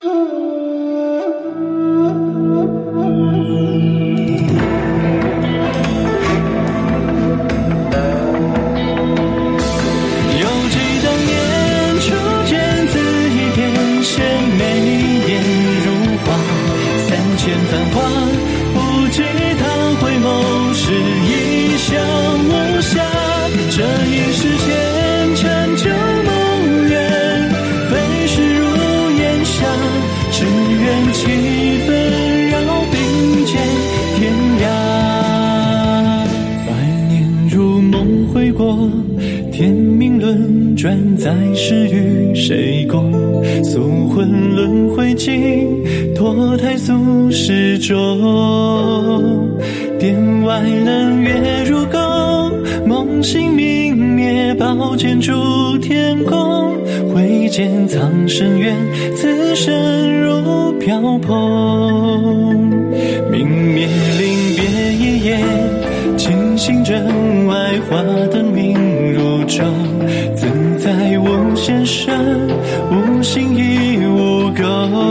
天命轮转在世与谁共？宿魂轮回尽，脱胎宿世中。殿外冷月如钩，梦醒明灭，宝剑出天宫。挥剑藏深渊，此生如飘蓬。明灭临别一夜，清醒阵外花灯明如昼。自在无限身，无心亦无垢。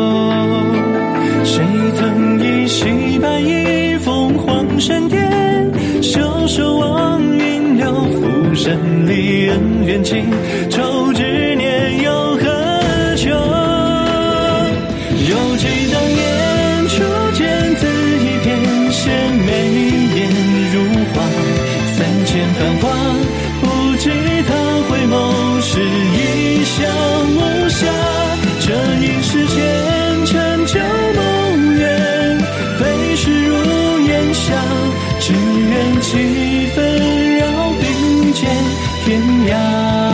谁曾依稀白衣凤凰闪电，袖手望云流，浮生里恩怨情仇执念又何求？犹记当年初见字一片，显眉眼如画，3000繁华，不知他回眸是一笑无暇。这一世前尘旧梦远，非是如烟霞，只愿气纷扰并肩天涯。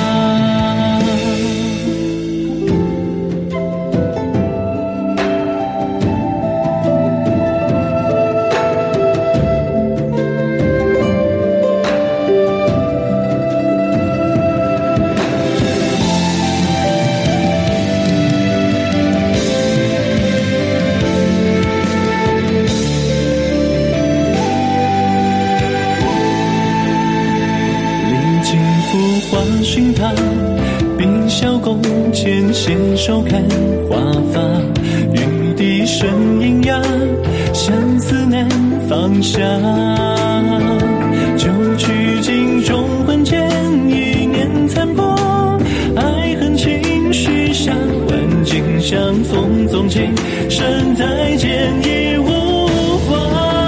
寻他，冰消弓前携手看花发，玉笛声喑哑，相思难放下。旧曲尽中魂间，一念残破，爱恨情绪下，换尽相逢踪迹，身再见已无话。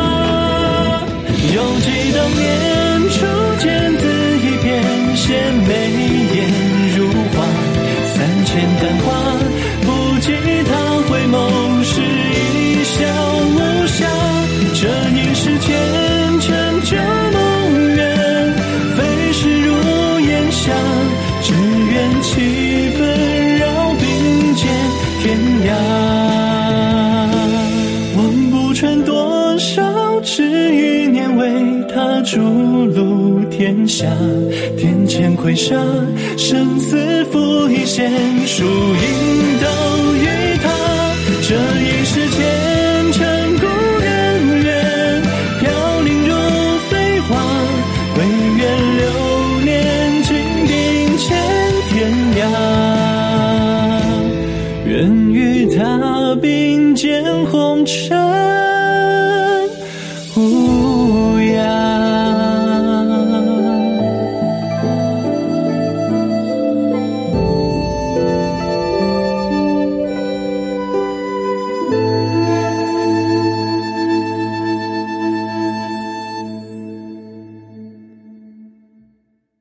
犹记当年初见字一片，显眉眼如画，3000繁华，不及他回眸是一笑无暇。这一世前尘旧梦远，非是如烟霞，只愿气纷扰并肩天涯。望不穿多少痴与念，为他逐鹿天下。天堑麾下，生死负一线，输赢都与他。这一世前尘故人远，飘零如飞花，唯愿流年尽并肩天涯。愿与他并肩红尘。